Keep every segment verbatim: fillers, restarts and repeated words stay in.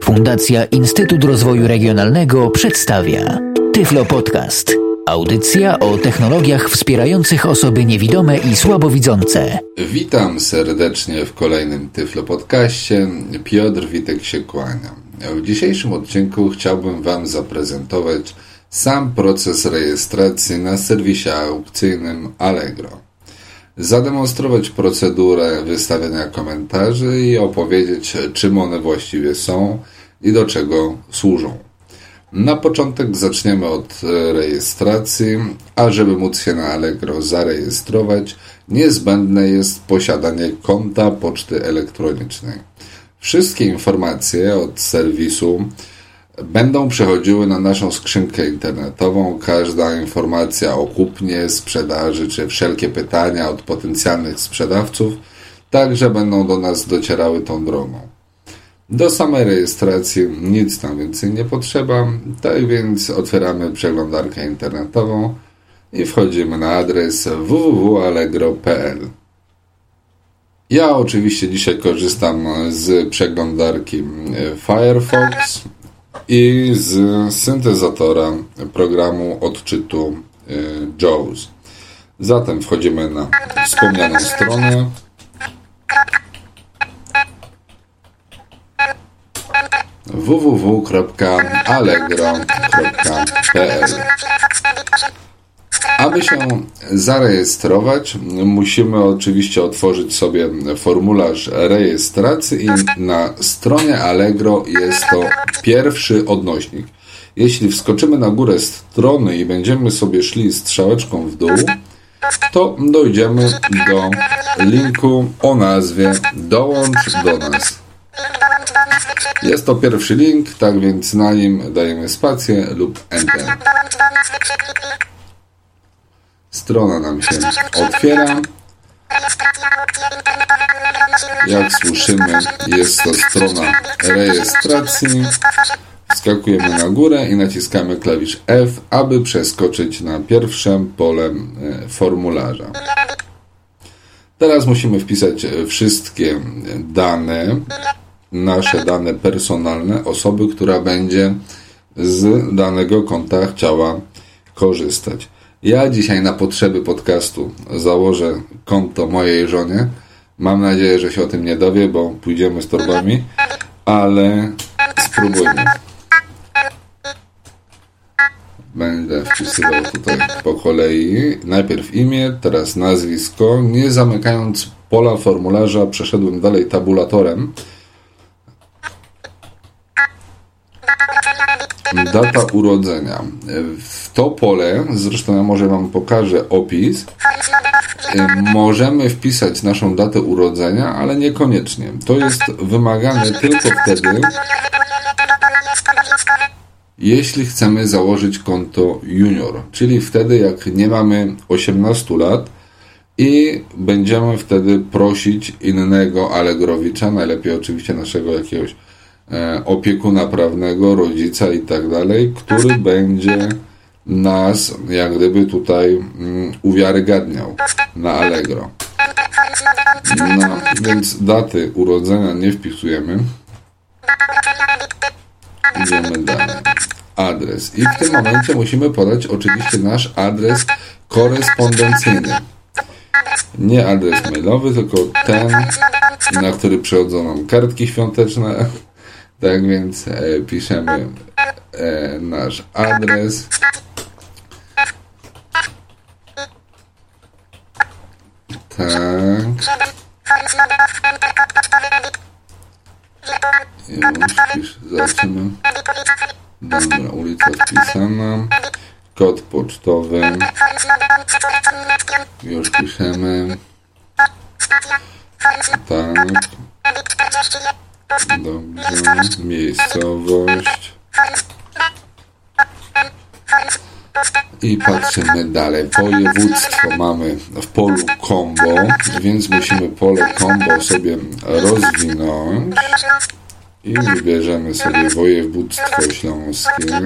Fundacja Instytut Rozwoju Regionalnego przedstawia Tyflo Podcast. Audycja o technologiach wspierających osoby niewidome i słabowidzące. Witam serdecznie w kolejnym Tyflo Podcaście. Piotr Witek się kłania. W dzisiejszym odcinku chciałbym Wam zaprezentować sam proces rejestracji na serwisie aukcyjnym Allegro. Zademonstrować procedurę wystawiania komentarzy i opowiedzieć, czym one właściwie są i do czego służą. Na początek zaczniemy od rejestracji, a żeby móc się na Allegro zarejestrować, niezbędne jest posiadanie konta poczty elektronicznej. Wszystkie informacje od serwisu będą przechodziły na naszą skrzynkę internetową. Każda informacja o kupnie, sprzedaży czy wszelkie pytania od potencjalnych sprzedawców także będą do nas docierały tą drogą. Do samej rejestracji nic nam więcej nie potrzeba, tak więc otwieramy przeglądarkę internetową i wchodzimy na adres w w w kropka allegro kropka p l. Ja oczywiście dzisiaj korzystam z przeglądarki Firefox i z syntezatora programu odczytu JAWS. Zatem wchodzimy na wspomnianą stronę. w w w kropka allegro kropka p l. Aby się zarejestrować, musimy oczywiście otworzyć sobie formularz rejestracji i na stronie Allegro jest to pierwszy odnośnik. Jeśli wskoczymy na górę strony i będziemy sobie szli strzałeczką w dół, to dojdziemy do linku o nazwie Dołącz do nas. Jest to pierwszy link, tak więc na nim dajemy spację lub Enter. Strona nam się otwiera. Jak słyszymy, jest to strona rejestracji. Wskakujemy na górę i naciskamy klawisz F, aby przeskoczyć na pierwsze pole formularza. Teraz musimy wpisać wszystkie dane, nasze dane personalne, osoby, która będzie z danego konta chciała korzystać. Ja dzisiaj na potrzeby podcastu założę konto mojej żonie. Mam nadzieję, że się o tym nie dowie, bo pójdziemy z torbami, ale spróbujmy. Będę wpisywał tutaj po kolei. Najpierw imię, teraz nazwisko. Nie zamykając pola formularza, przeszedłem dalej tabulatorem. Data urodzenia. W to pole, zresztą ja może Wam pokażę opis, możemy wpisać naszą datę urodzenia, ale niekoniecznie. To jest wymagane tylko wtedy, jeśli chcemy założyć konto junior, czyli wtedy jak nie mamy osiemnastu lat i będziemy wtedy prosić innego Allegrowicza, najlepiej oczywiście naszego jakiegoś opiekuna prawnego, rodzica i tak dalej, który będzie nas jak gdyby tutaj um, uwiarygadniał na Allegro. No, więc daty urodzenia nie wpisujemy. Idziemy dalej. Adres. I w tym momencie musimy podać oczywiście nasz adres korespondencyjny. Nie adres mailowy, tylko ten, na który przychodzą nam kartki świąteczne. Tak więc e, piszemy e, nasz adres. Tak. Już zaczynamy. Dobra, ulica wpisana. Kod pocztowy. Już piszemy. Tak. Dobrze. Miejscowość. I patrzymy dalej. Województwo mamy w polu combo, więc musimy pole combo sobie rozwinąć. I wybierzemy sobie województwo śląskie.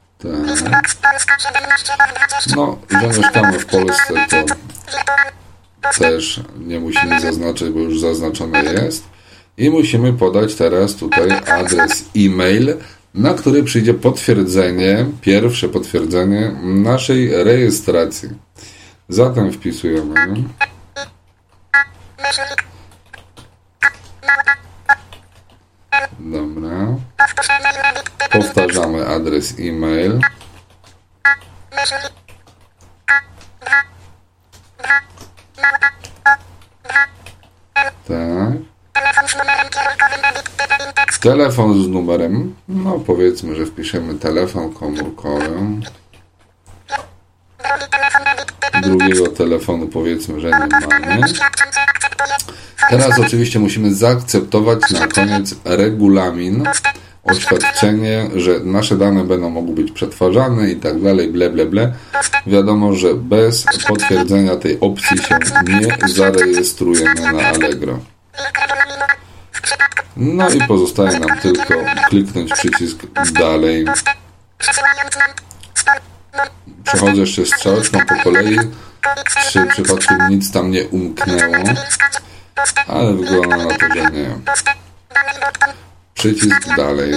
Tak. No, że mieszkamy w Polsce, to też nie musimy zaznaczyć, bo już zaznaczone jest. I musimy podać teraz tutaj adres e-mail, na który przyjdzie potwierdzenie, pierwsze potwierdzenie naszej rejestracji. Zatem wpisujemy. Dobra. Powtarzamy adres e-mail. Tak. Telefon z numerem. No powiedzmy, że wpiszemy telefon komórkowy. Drugiego telefonu powiedzmy, że nie mamy. Teraz oczywiście musimy zaakceptować na koniec regulamin, oświadczenie, że nasze dane będą mogły być przetwarzane i tak dalej, ble, ble, ble. Wiadomo, że bez potwierdzenia tej opcji się nie zarejestrujemy na Allegro. No i pozostaje nam tylko kliknąć przycisk dalej. Przechodzę jeszcze strzałeczką po kolei, czy przypadkiem nic tam nie umknęło, ale wygląda na to, że nie. Przycisk dalej.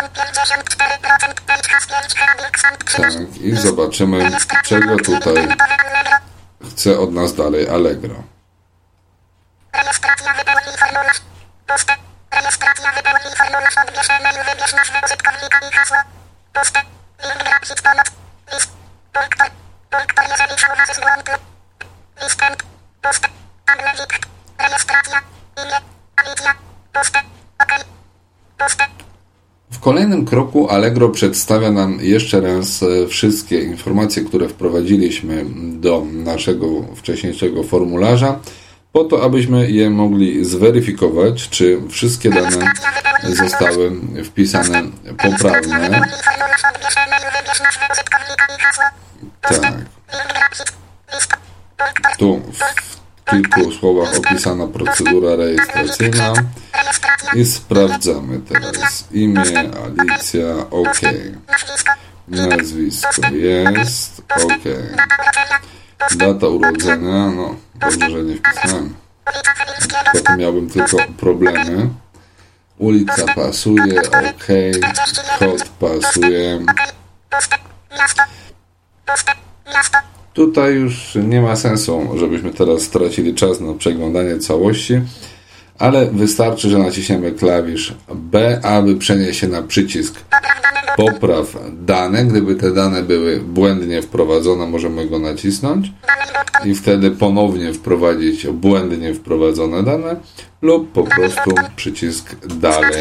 Tak, i zobaczymy, czego tutaj chce od nas dalej Allegro. Rejestracja, wypełnij formularz. Puste. Rejestracja, wypełnij formularz. Odbierz e-mail, wybierz nazwę użytkownika i hasło. Puste. Link grafik pomoc. List. Punktor. Punktor, jeżeli zauważysz błąd. Listęp. Puste. Adlewik. Rejestracja. Imię. Alicja. Puste. OK. Puste. W kolejnym kroku Allegro przedstawia nam jeszcze raz wszystkie informacje, które wprowadziliśmy do naszego wcześniejszego formularza, po to, abyśmy je mogli zweryfikować, czy wszystkie dane zostały wpisane poprawnie. Tak. Tu w kilku słowach opisana procedura rejestracyjna i sprawdzamy teraz imię, Alicja, OK. Nazwisko jest, OK. Data urodzenia, no dobrze, że nie wpisałem. Potem miałbym tylko problemy. Ulica pasuje, OK. Kod pasuje. Tutaj już nie ma sensu, żebyśmy teraz stracili czas na przeglądanie całości, ale wystarczy, że naciśniemy klawisz B, aby przenieść się na przycisk Popraw dane. Gdyby te dane były błędnie wprowadzone, możemy go nacisnąć i wtedy ponownie wprowadzić błędnie wprowadzone dane lub po prostu przycisk Dalej.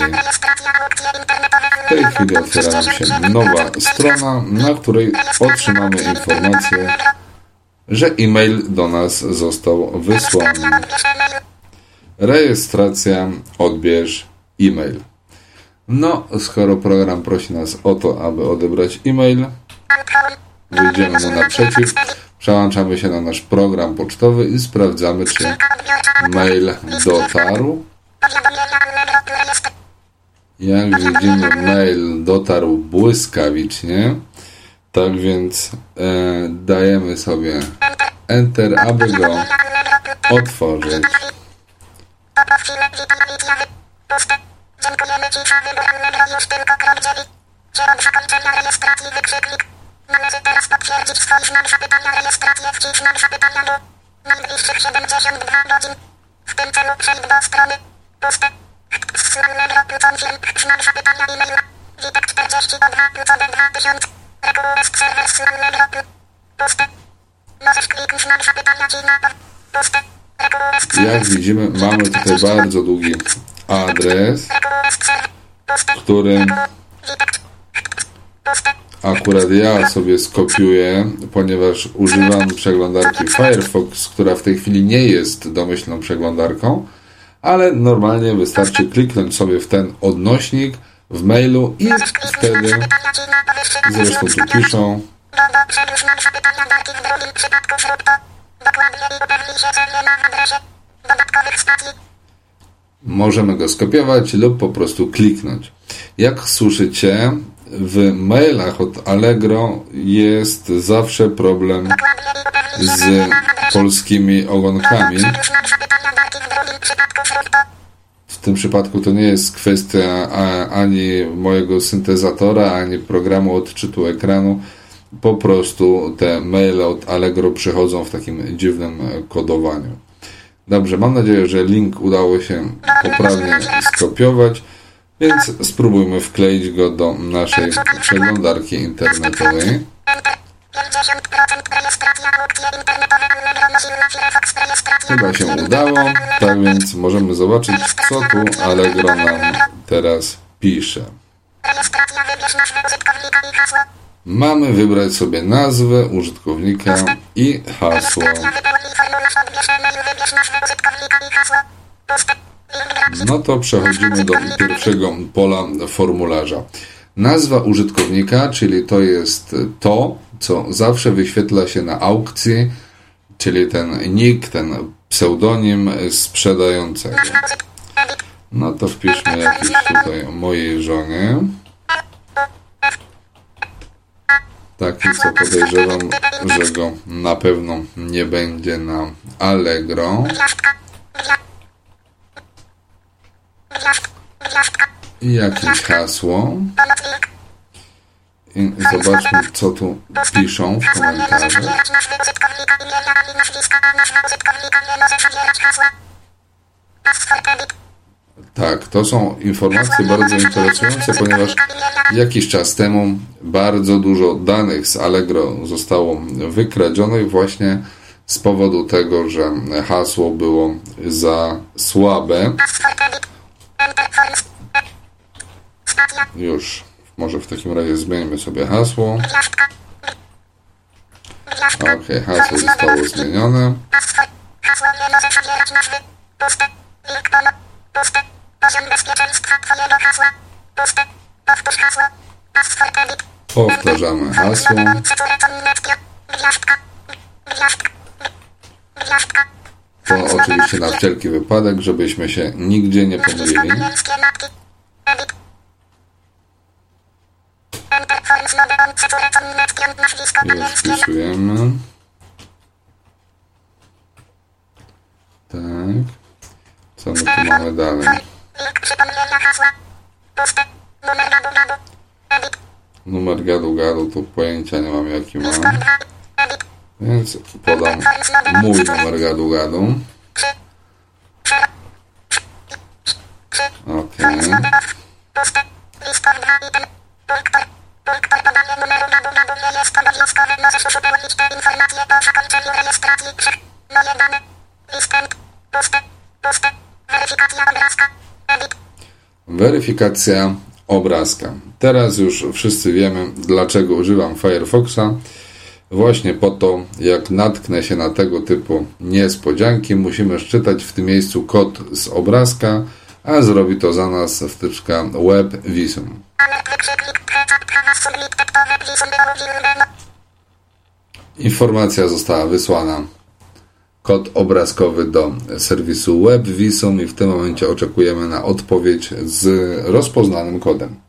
W tej chwili otwiera nam się nowa strona, na której otrzymamy informację, że e-mail do nas został wysłany. Rejestracja, odbierz e-mail. No, skoro program prosi nas o to, aby odebrać e-mail, wyjdziemy mu naprzeciw, przełączamy się na nasz program pocztowy i sprawdzamy, czy mail dotarł. Jak widzimy, mail dotarł błyskawicznie, tak więc e, dajemy sobie Enter, aby go otworzyć. Dziękujemy Ci za wybór Allegro, już tylko krok dziewięć. Kierunek zakończenia rejestracji, wykrzyknik. Należy teraz potwierdzić swój znak zapytania rejestrację, wcisk znak zapytania do najbliższych siedemdziesiąt dwa godzin. W tym celu przejdź do strony. Puste. Z Allegro pluton film, znak zapytania e-maila. Witek czterdzieści dwa pluton dwa tysiące. Request server z Allegro. Puste. Możesz kliknąć znak zapytania ci na to. Puste. Jak widzimy, mamy tutaj bardzo długi adres, który akurat ja sobie skopiuję, ponieważ używam przeglądarki Firefox, która w tej chwili nie jest domyślną przeglądarką, ale normalnie wystarczy kliknąć sobie w ten odnośnik w mailu i wtedy, zresztą tu piszą, możemy go skopiować lub po prostu kliknąć. Jak słyszycie, w mailach od Allegro jest zawsze problem z polskimi ogonkami. W tym przypadku to nie jest kwestia ani mojego syntezatora, ani programu odczytu ekranu. Po prostu te maile od Allegro przychodzą w takim dziwnym kodowaniu. Dobrze, mam nadzieję, że link udało się poprawnie skopiować, więc spróbujmy wkleić go do naszej przeglądarki internetowej. Chyba się udało, tak więc możemy zobaczyć, co tu Allegro nam teraz pisze. Mamy wybrać sobie nazwę użytkownika i hasło. No to przechodzimy do pierwszego pola formularza. Nazwa użytkownika, czyli to jest to, co zawsze wyświetla się na aukcji, czyli ten nick, ten pseudonim sprzedającego. No to wpiszmy jakiś tutaj mojej żonie. Taki, co podejrzewam, że go na pewno nie będzie na Allegro. I jakieś hasło. I zobaczmy, co tu piszą w komentarzach. Tak, to są informacje bardzo interesujące, ponieważ jakiś czas temu bardzo dużo danych z Allegro zostało wykradzionych właśnie z powodu tego, że hasło było za słabe. Już, może w takim razie zmieńmy sobie hasło. Ok, hasło zostało zmienione. Powtarzamy hasło. To oczywiście na wszelki wypadek, żebyśmy się nigdzie nie pomylili. Już wpisujemy. Tak. Co my tu mamy dalej? Numer gadu gadu to pojęcia nie mam jaki mam. Więc podam mój numer gadu gadu. Ok. Weryfikacja obrazka. Teraz już wszyscy wiemy, dlaczego używam Firefoxa. Właśnie po to, jak natknę się na tego typu niespodzianki, musimy szczytać w tym miejscu kod z obrazka, a zrobi to za nas wtyczka WebVisum. Informacja została wysłana, kod obrazkowy do serwisu WebVisum i w tym momencie oczekujemy na odpowiedź z rozpoznanym kodem.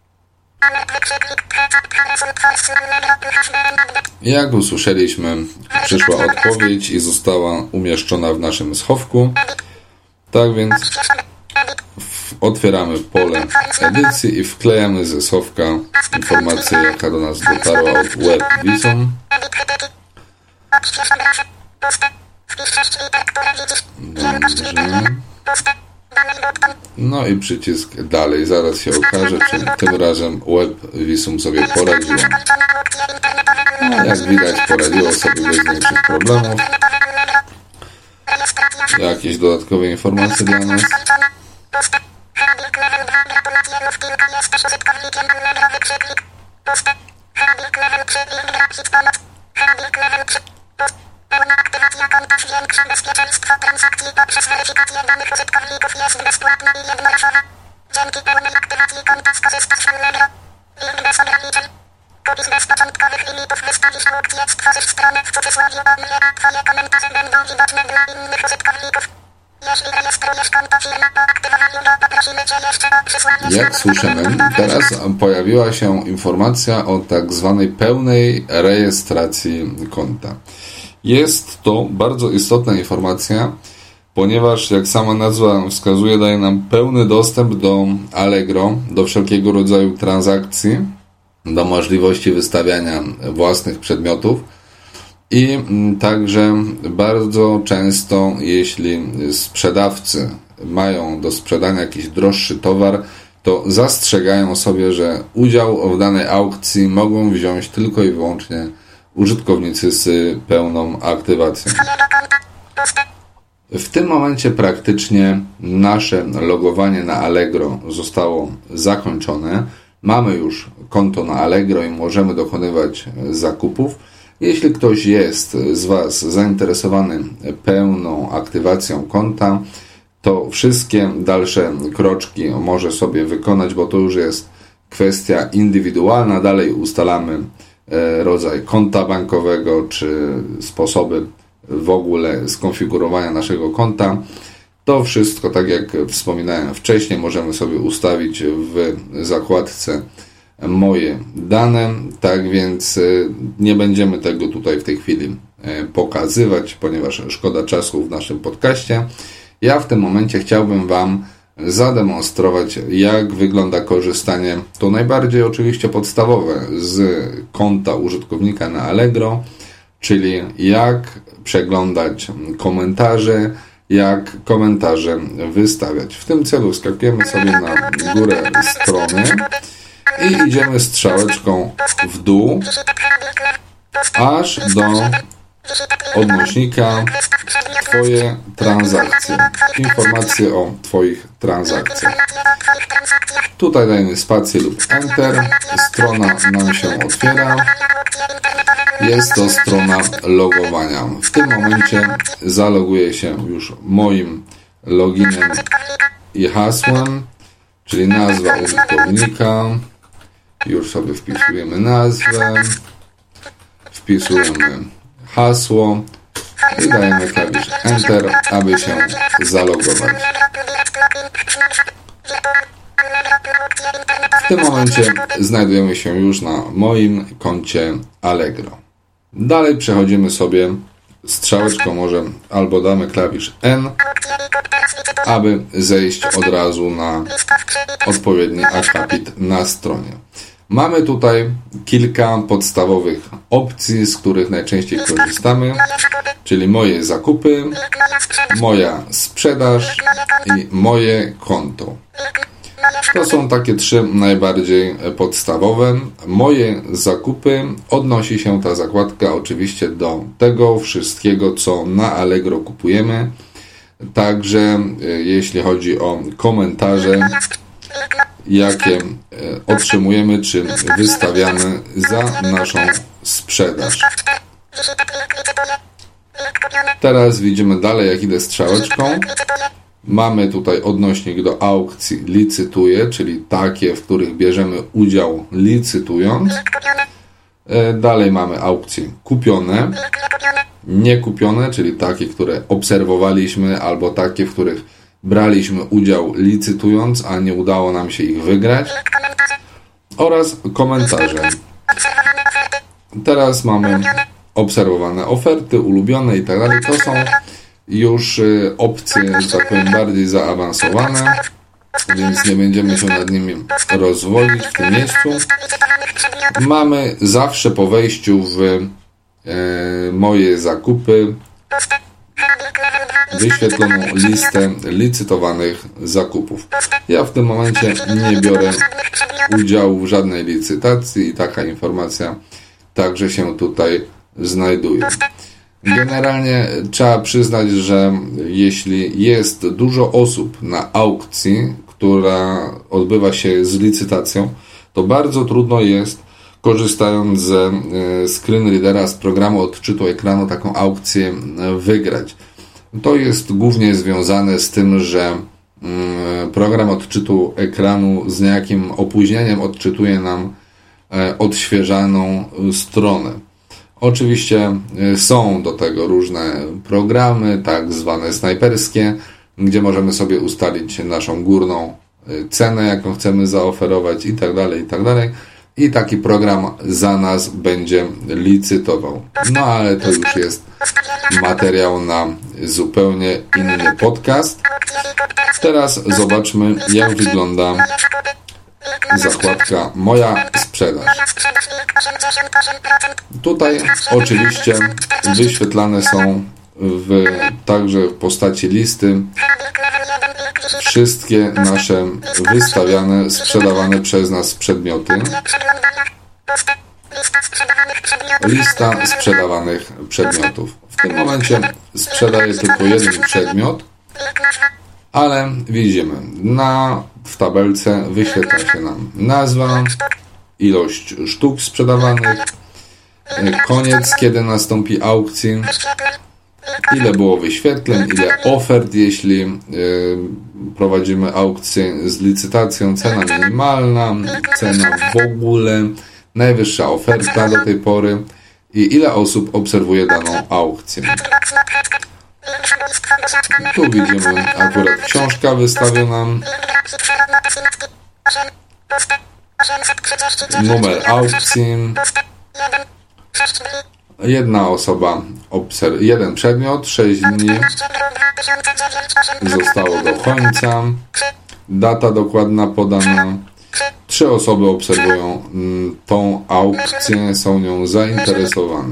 Jak usłyszeliśmy, przyszła odpowiedź i została umieszczona w naszym schowku. Tak więc otwieramy pole edycji i wklejamy ze schowka informację, jaka do nas dotarła od WebVisum. Dobrze. No i przycisk dalej. Zaraz się okaże, czy tym razem WebVisum sobie poradziło. No, jak widać, poradziło sobie bez większych problemów. Jakieś dodatkowe informacje dla nas? Pełna aktywacja konta zwiększa bezpieczeństwo transakcji poprzez weryfikację danych użytkowników jest bezpłatna i jednorazowa. Dzięki pełnej aktywacji konta skorzystasz z Allegro. Link bez ograniczeń. Kupisz bez początkowych limitów, wystawisz aukcję, stworzysz stronę w cudzysłowie o mnie, a twoje komentarze będą widoczne dla innych użytkowników. Jeśli rejestrujesz konto firma po aktywowaniu go, poprosimy Cię jeszcze o przysłanie. Jak słyszymy, teraz pojawiła się informacja o tak zwanej pełnej rejestracji konta. Jest to bardzo istotna informacja, ponieważ jak sama nazwa wskazuje, daje nam pełny dostęp do Allegro, do wszelkiego rodzaju transakcji, do możliwości wystawiania własnych przedmiotów i także bardzo często, jeśli sprzedawcy mają do sprzedania jakiś droższy towar, to zastrzegają sobie, że udział w danej aukcji mogą wziąć tylko i wyłącznie użytkownicy z pełną aktywacją. W tym momencie praktycznie nasze logowanie na Allegro zostało zakończone. Mamy już konto na Allegro i możemy dokonywać zakupów. Jeśli ktoś jest z Was zainteresowany pełną aktywacją konta, to wszystkie dalsze kroczki może sobie wykonać, bo to już jest kwestia indywidualna. Dalej ustalamy rodzaj konta bankowego, czy sposoby w ogóle skonfigurowania naszego konta. To wszystko, tak jak wspominałem wcześniej, możemy sobie ustawić w zakładce moje dane, tak więc nie będziemy tego tutaj w tej chwili pokazywać, ponieważ szkoda czasu w naszym podcaście. Ja w tym momencie chciałbym Wam zademonstrować, jak wygląda korzystanie, to najbardziej oczywiście podstawowe, z konta użytkownika na Allegro, czyli jak przeglądać komentarze, jak komentarze wystawiać. W tym celu skakujemy sobie na górę strony i idziemy strzałeczką w dół, aż do odnośnika Twoje transakcje. Informacje o Twoich transakcjach. Tutaj dajemy spację lub Enter. Strona nam się otwiera. Jest to strona logowania. W tym momencie zaloguję się już moim loginem i hasłem, czyli nazwa użytkownika. Już sobie wpisujemy nazwę. Wpisujemy hasło i dajemy klawisz Enter, aby się zalogować. W tym momencie znajdujemy się już na moim koncie Allegro. Dalej przechodzimy sobie strzałeczką, może albo damy klawisz N, aby zejść od razu na odpowiedni akapit na stronie. Mamy tutaj kilka podstawowych opcji, z których najczęściej korzystamy, czyli moje zakupy, moja sprzedaż i moje konto. To są takie trzy najbardziej podstawowe. Moje zakupy, odnosi się ta zakładka oczywiście do tego wszystkiego, co na Allegro kupujemy. Także jeśli chodzi o komentarze, jakie otrzymujemy czy wystawiamy za naszą sprzedaż. Teraz widzimy dalej, jak idę strzałeczką. Mamy tutaj odnośnik do aukcji licytuję, czyli takie, w których bierzemy udział licytując. Dalej mamy aukcje kupione, niekupione, czyli takie, które obserwowaliśmy, albo takie, w których braliśmy udział licytując, a nie udało nam się ich wygrać. Oraz komentarze. Teraz mamy obserwowane oferty, ulubione i tak dalej. To są już opcje, że tak powiem, bardziej zaawansowane, więc nie będziemy się nad nimi rozwodzić w tym miejscu. Mamy zawsze po wejściu w e, moje zakupy wyświetloną listę licytowanych zakupów. Ja w tym momencie nie biorę udziału w żadnej licytacji i taka informacja także się tutaj znajduje. Generalnie trzeba przyznać, że jeśli jest dużo osób na aukcji, która odbywa się z licytacją, to bardzo trudno jest, korzystając ze screen readera, z programu odczytu ekranu, taką aukcję wygrać. To jest głównie związane z tym, że program odczytu ekranu z niejakim opóźnieniem odczytuje nam odświeżaną stronę. Oczywiście są do tego różne programy, tak zwane snajperskie, gdzie możemy sobie ustalić naszą górną cenę, jaką chcemy zaoferować i tak dalej, i tak dalej. i taki program za nas będzie licytował. No ale to już jest materiał na zupełnie inny podcast. Teraz zobaczmy, jak wygląda zakładka Moja sprzedaż. Tutaj oczywiście wyświetlane są w, także w postaci listy wszystkie nasze wystawiane, sprzedawane przez nas przedmioty. Lista sprzedawanych przedmiotów. W tym momencie sprzedaję tylko jeden przedmiot, ale widzimy, na, w tabelce wyświetla się nam nazwa, ilość sztuk sprzedawanych, koniec, kiedy nastąpi aukcji, ile było wyświetleń, ile ofert, jeśli y, prowadzimy aukcję z licytacją, cena minimalna, cena w ogóle, najwyższa oferta do tej pory i ile osób obserwuje daną aukcję. Tu widzimy akurat książka wystawiona, numer aukcji, jedna osoba, obserw- jeden przedmiot, sześć dni zostało do końca, data dokładna podana, trzy osoby obserwują mm, tą aukcję, są nią zainteresowane.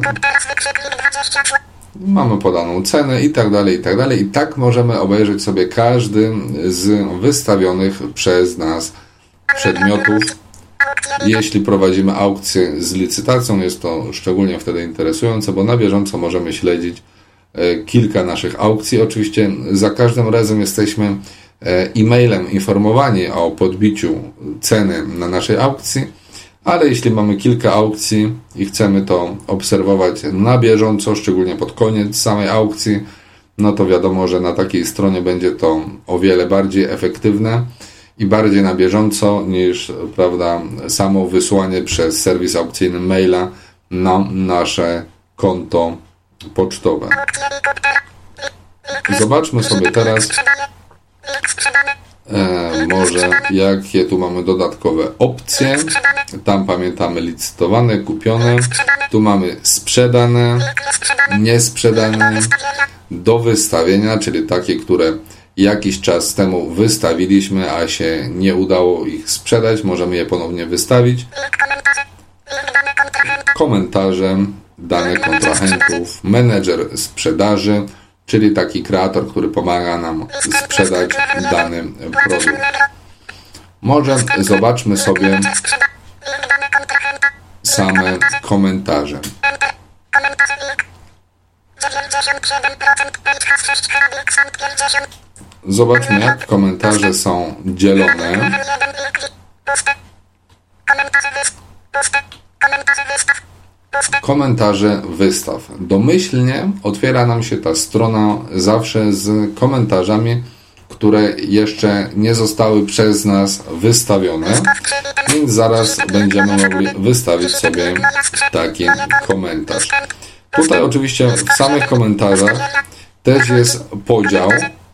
Mamy podaną cenę i tak dalej, i tak dalej. I tak możemy obejrzeć sobie każdy z wystawionych przez nas przedmiotów. Jeśli prowadzimy aukcję z licytacją, jest to szczególnie wtedy interesujące, bo na bieżąco możemy śledzić kilka naszych aukcji. Oczywiście za każdym razem jesteśmy e-mailem informowani o podbiciu ceny na naszej aukcji, ale jeśli mamy kilka aukcji i chcemy to obserwować na bieżąco, szczególnie pod koniec samej aukcji, no to wiadomo, że na takiej stronie będzie to o wiele bardziej efektywne i bardziej na bieżąco niż, prawda, samo wysłanie przez serwis aukcyjny maila na nasze konto pocztowe. Zobaczmy sobie teraz e, może jakie tu mamy dodatkowe opcje. Tam pamiętamy licytowane, kupione. Tu mamy sprzedane, niesprzedane, do wystawienia, czyli takie, które jakiś czas temu wystawiliśmy, a się nie udało ich sprzedać. Możemy je ponownie wystawić. Komentarze, dane kontrahentów, menedżer sprzedaży, czyli taki kreator, który pomaga nam sprzedać dany produkt. Może zobaczmy sobie same komentarze. Zobaczmy, jak komentarze są dzielone. Komentarze wystaw. Domyślnie otwiera nam się ta strona zawsze z komentarzami, które jeszcze nie zostały przez nas wystawione, więc zaraz będziemy mogli wystawić sobie taki komentarz. Tutaj oczywiście w samych komentarzach też jest podział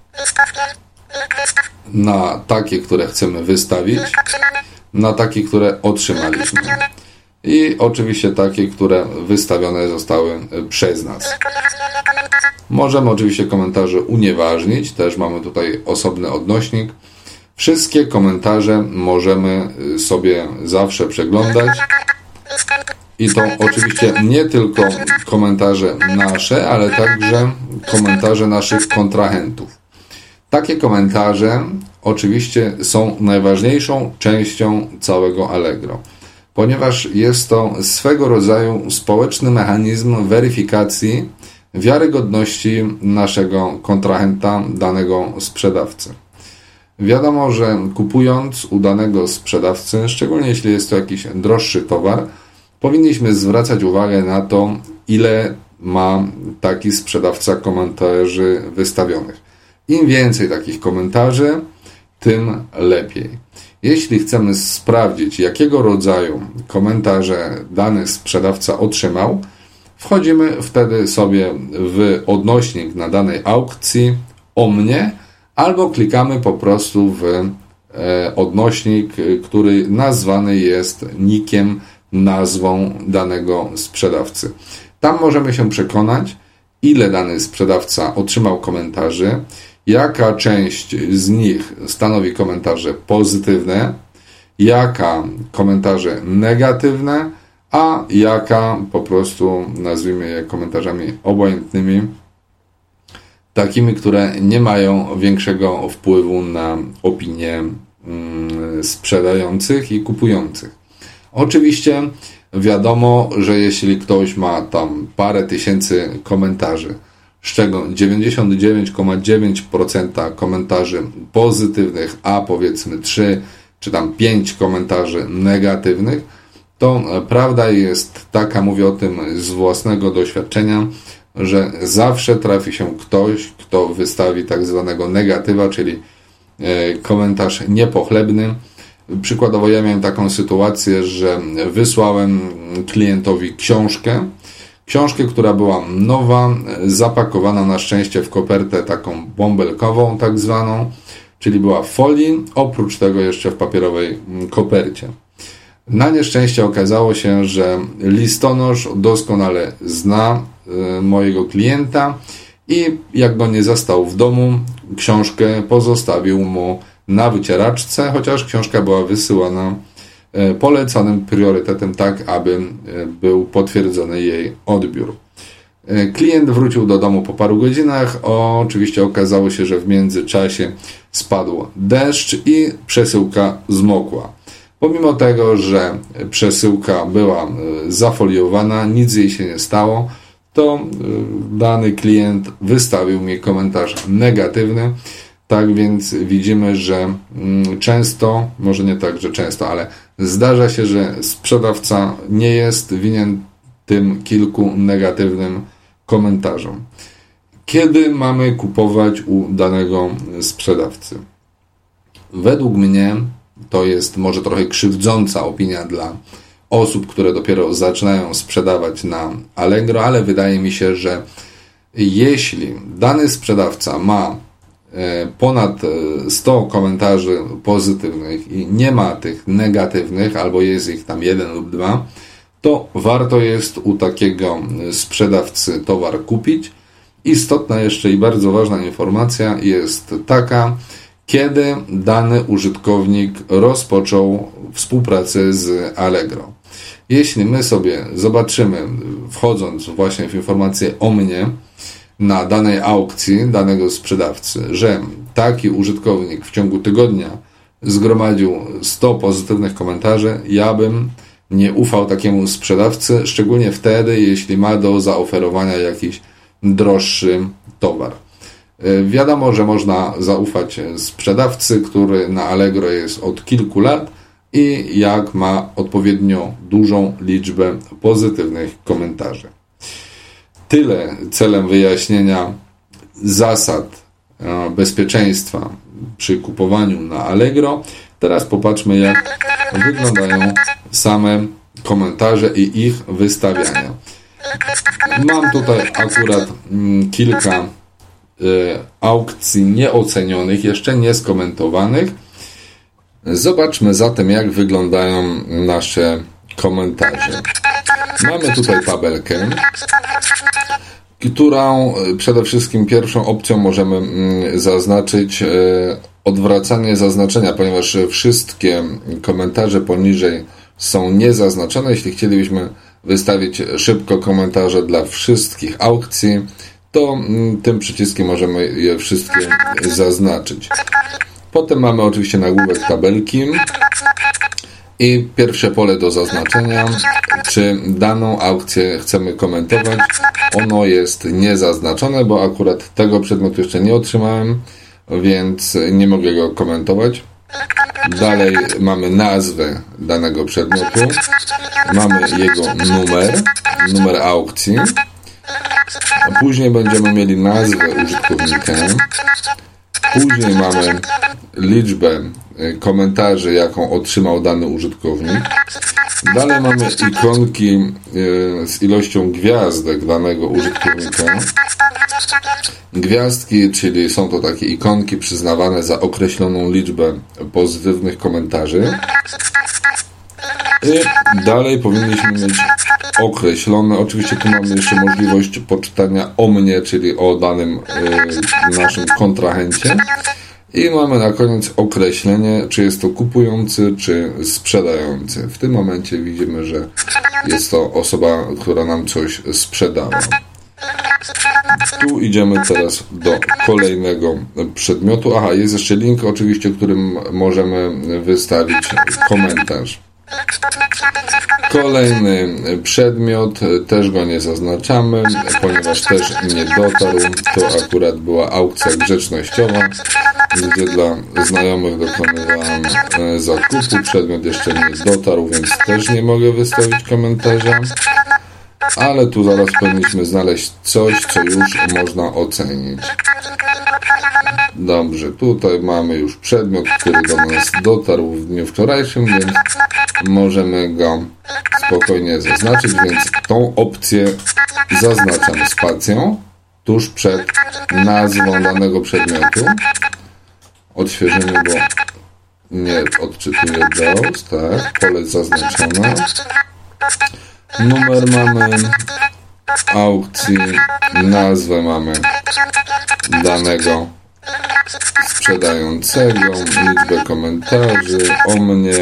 na takie, które chcemy wystawić, na takie, które otrzymaliśmy. I oczywiście takie, które wystawione zostały przez nas. Możemy oczywiście komentarze unieważnić, też mamy tutaj osobny odnośnik. Wszystkie komentarze możemy sobie zawsze przeglądać. I to oczywiście nie tylko komentarze nasze, ale także komentarze naszych kontrahentów. Takie komentarze oczywiście są najważniejszą częścią całego Allegro, ponieważ jest to swego rodzaju społeczny mechanizm weryfikacji wiarygodności naszego kontrahenta, danego sprzedawcy. Wiadomo, że kupując u danego sprzedawcy, szczególnie jeśli jest to jakiś droższy towar, powinniśmy zwracać uwagę na to, ile ma taki sprzedawca komentarzy wystawionych. Im więcej takich komentarzy, tym lepiej. Jeśli chcemy sprawdzić, jakiego rodzaju komentarze dany sprzedawca otrzymał, wchodzimy wtedy sobie w odnośnik na danej aukcji o mnie, albo klikamy po prostu w odnośnik, który nazwany jest nickiem, nazwą danego sprzedawcy. Tam możemy się przekonać, ile dany sprzedawca otrzymał komentarzy, jaka część z nich stanowi komentarze pozytywne, jaka komentarze negatywne, a jaka po prostu, nazwijmy je komentarzami obojętnymi, takimi, które nie mają większego wpływu na opinię sprzedających i kupujących. Oczywiście wiadomo, że jeśli ktoś ma tam parę tysięcy komentarzy, z czego dziewięćdziesiąt dziewięć przecinek dziewięć procent komentarzy pozytywnych, a powiedzmy trzy czy tam pięć komentarzy negatywnych, to prawda jest taka, mówię o tym z własnego doświadczenia, że zawsze trafi się ktoś, kto wystawi tak zwanego negatywa, czyli komentarz niepochlebny. Przykładowo ja miałem taką sytuację, że wysłałem klientowi książkę, książkę, która była nowa, zapakowana na szczęście w kopertę taką bąbelkową tak zwaną, czyli była w folii, oprócz tego jeszcze w papierowej kopercie. Na nieszczęście okazało się, że listonosz doskonale zna mojego klienta i jak go nie zastał w domu, książkę pozostawił mu na wycieraczce, chociaż książka była wysyłana poleconym priorytetem tak, aby był potwierdzony jej odbiór. Klient wrócił do domu po paru godzinach. Oczywiście okazało się, że w międzyczasie spadł deszcz i przesyłka zmokła. Pomimo tego, że przesyłka była zafoliowana, nic jej się nie stało, to dany klient wystawił mi komentarz negatywny. Tak więc widzimy, że często, może nie tak, że często, ale zdarza się, że sprzedawca nie jest winien tym kilku negatywnym komentarzom. Kiedy mamy kupować u danego sprzedawcy? Według mnie to jest może trochę krzywdząca opinia dla osób, które dopiero zaczynają sprzedawać na Allegro, ale wydaje mi się, że jeśli dany sprzedawca ma ponad sto komentarzy pozytywnych i nie ma tych negatywnych, albo jest ich tam jeden lub dwa, to warto jest u takiego sprzedawcy towar kupić. Istotna jeszcze i bardzo ważna informacja jest taka, kiedy dany użytkownik rozpoczął współpracę z Allegro. Jeśli my sobie zobaczymy, wchodząc właśnie w informacje o mnie, na danej aukcji danego sprzedawcy, że taki użytkownik w ciągu tygodnia zgromadził sto pozytywnych komentarzy, ja bym nie ufał takiemu sprzedawcy, szczególnie wtedy, jeśli ma do zaoferowania jakiś droższy towar. Wiadomo, że można zaufać sprzedawcy, który na Allegro jest od kilku lat i jak ma odpowiednio dużą liczbę pozytywnych komentarzy. Tyle celem wyjaśnienia zasad bezpieczeństwa przy kupowaniu na Allegro. Teraz popatrzmy, jak wyglądają same komentarze i ich wystawiania. Mam tutaj akurat kilka aukcji nieocenionych, jeszcze nieskomentowanych. Zobaczmy zatem, jak wyglądają nasze komentarze. Mamy tutaj tabelkę, którą przede wszystkim pierwszą opcją możemy zaznaczyć odwracanie zaznaczenia, ponieważ wszystkie komentarze poniżej są niezaznaczone. Jeśli chcielibyśmy wystawić szybko komentarze dla wszystkich aukcji, to tym przyciskiem możemy je wszystkie zaznaczyć. Potem mamy oczywiście nagłówek tabelki i pierwsze pole do zaznaczenia, czy daną aukcję chcemy komentować. Ono jest niezaznaczone, bo akurat tego przedmiotu jeszcze nie otrzymałem, więc nie mogę go komentować. Dalej mamy nazwę danego przedmiotu, mamy jego numer, numer aukcji, a później będziemy mieli nazwę użytkownika, później mamy liczbę komentarzy, jaką otrzymał dany użytkownik. Dalej mamy ikonki z ilością gwiazdek danego użytkownika. Gwiazdki, czyli są to takie ikonki przyznawane za określoną liczbę pozytywnych komentarzy. I dalej powinniśmy mieć określone, oczywiście tu mamy jeszcze możliwość poczytania o mnie, czyli o danym y, naszym kontrahencie. I mamy na koniec określenie, czy jest to kupujący, czy sprzedający. W tym momencie widzimy, że jest to osoba, która nam coś sprzedała. Tu idziemy teraz do kolejnego przedmiotu. Aha, jest jeszcze link oczywiście, którym możemy wystawić komentarz. Kolejny przedmiot, też go nie zaznaczamy, ponieważ też nie dotarł. To akurat była aukcja grzecznościowa, gdzie dla znajomych dokonywałem zakupu. Przedmiot jeszcze nie dotarł, więc też nie mogę wystawić komentarza. Ale tu zaraz powinniśmy znaleźć coś, co już można ocenić. Dobrze, tutaj mamy już przedmiot, który do nas dotarł w dniu wczorajszym, więc możemy go spokojnie zaznaczyć, więc tą opcję zaznaczam spacją tuż przed nazwą danego przedmiotu. Odświeżymy, bo nie odczytuję browse, tak, pole zaznaczone. Numer mamy aukcji, nazwę mamy danego sprzedającego, liczbę komentarzy o mnie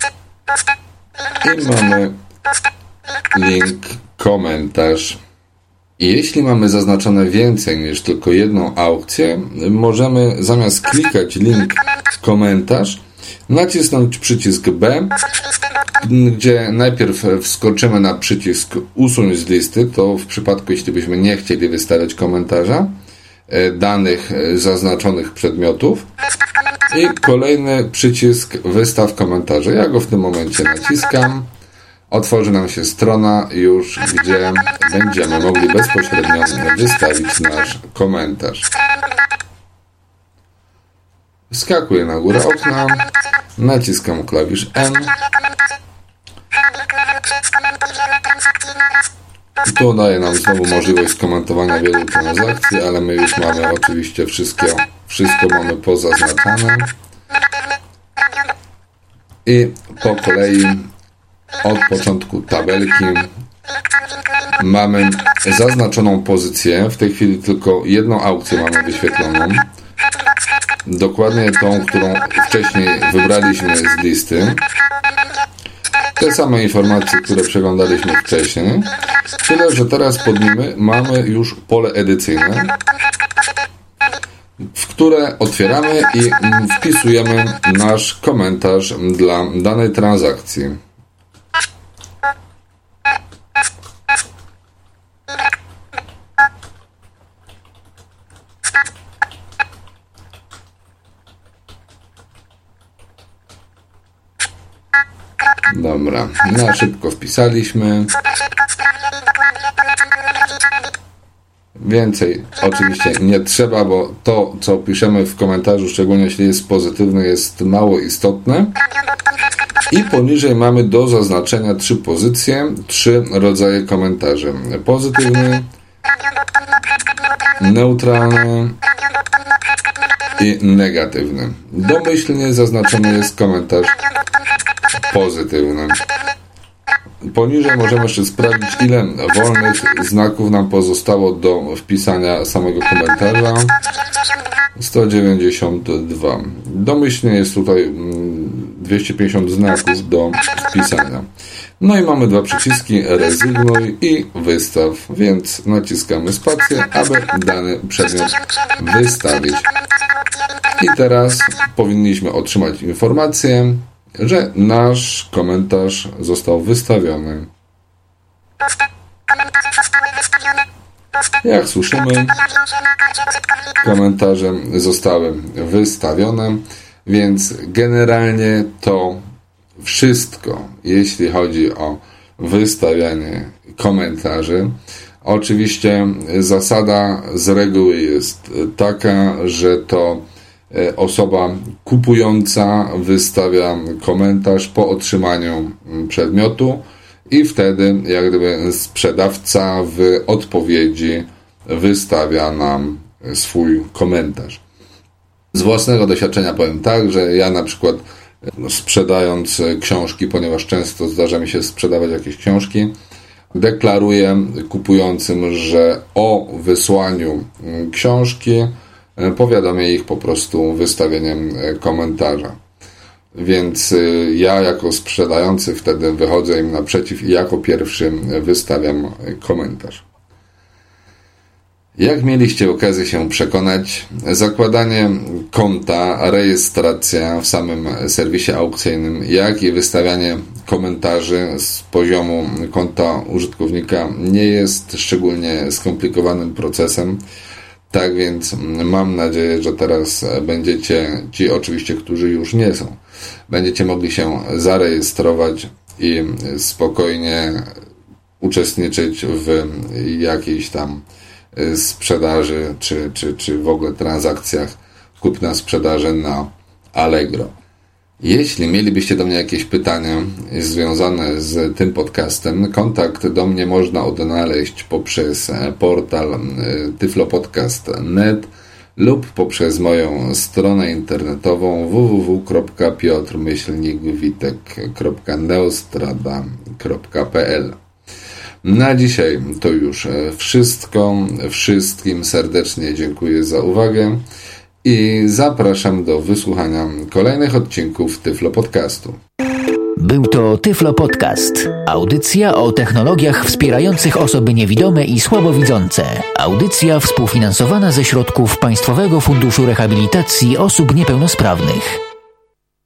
i mamy link komentarz. I jeśli mamy zaznaczone więcej niż tylko jedną aukcję, możemy zamiast klikać link komentarz nacisnąć przycisk B, gdzie najpierw wskoczymy na przycisk usuń z listy, to w przypadku, jeśli byśmy nie chcieli wystawiać komentarza danych zaznaczonych przedmiotów, i kolejny przycisk wystaw komentarze. Ja go w tym momencie naciskam. Otworzy nam się strona już, gdzie będziemy mogli bezpośrednio wystawić nasz komentarz. Wskakuję na górę okna, naciskam klawisz N. To daje nam znowu możliwość komentowania wielu transakcji, ale my już mamy oczywiście wszystko, wszystko mamy pozaznaczane. I po kolei od początku tabelki mamy zaznaczoną pozycję. W tej chwili tylko jedną aukcję mamy wyświetloną. Dokładnie tą, którą wcześniej wybraliśmy z listy. Te same informacje, które przeglądaliśmy wcześniej. Tyle, że teraz pod nimi mamy już pole edycyjne, w które otwieramy i wpisujemy nasz komentarz dla danej transakcji. Dobra, na szybko wpisaliśmy. Więcej oczywiście nie trzeba, bo to, co piszemy w komentarzu, szczególnie jeśli jest pozytywny, jest mało istotne. I poniżej mamy do zaznaczenia trzy pozycje, trzy rodzaje komentarzy. Pozytywny, neutralny i negatywny. Domyślnie zaznaczony jest komentarz pozytywny. Poniżej możemy jeszcze sprawdzić, ile wolnych znaków nam pozostało do wpisania samego komentarza. sto dziewięćdziesiąt dwa. Domyślnie jest tutaj dwieście pięćdziesiąt znaków do wpisania. No i mamy dwa przyciski, rezygnuj i wystaw, więc naciskamy spację, aby dany przedmiot wystawić. I teraz powinniśmy otrzymać informację, że nasz komentarz został wystawiony. Jak słyszymy, komentarze zostały wystawione, więc generalnie to wszystko, jeśli chodzi o wystawianie komentarzy. Oczywiście zasada z reguły jest taka, że to osoba kupująca wystawia komentarz po otrzymaniu przedmiotu i wtedy jak gdyby sprzedawca w odpowiedzi wystawia nam swój komentarz. Z własnego doświadczenia powiem tak, że ja na przykład sprzedając książki, ponieważ często zdarza mi się sprzedawać jakieś książki, deklaruję kupującym, że o wysłaniu książki powiadomię ich po prostu wystawieniem komentarza. Więc ja jako sprzedający wtedy wychodzę im naprzeciw i jako pierwszy wystawiam komentarz. Jak mieliście okazję się przekonać, zakładanie konta, rejestracja w samym serwisie aukcyjnym, jak i wystawianie komentarzy z poziomu konta użytkownika nie jest szczególnie skomplikowanym procesem. Tak więc mam nadzieję, że teraz będziecie, ci oczywiście, którzy już nie są, będziecie mogli się zarejestrować i spokojnie uczestniczyć w jakiejś tam sprzedaży, czy, czy, czy w ogóle transakcjach kupna-sprzedaży na Allegro. Jeśli mielibyście do mnie jakieś pytania związane z tym podcastem, kontakt do mnie można odnaleźć poprzez portal tyflopodcast kropka net lub poprzez moją stronę internetową w w w kropka piotr myślnik witek kropka neostrada kropka p l. Na dzisiaj to już wszystko. Wszystkim serdecznie dziękuję za uwagę i zapraszam do wysłuchania kolejnych odcinków Tyflo Podcastu. Był to Tyflo Podcast. Audycja o technologiach wspierających osoby niewidome i słabowidzące. Audycja współfinansowana ze środków Państwowego Funduszu Rehabilitacji Osób Niepełnosprawnych.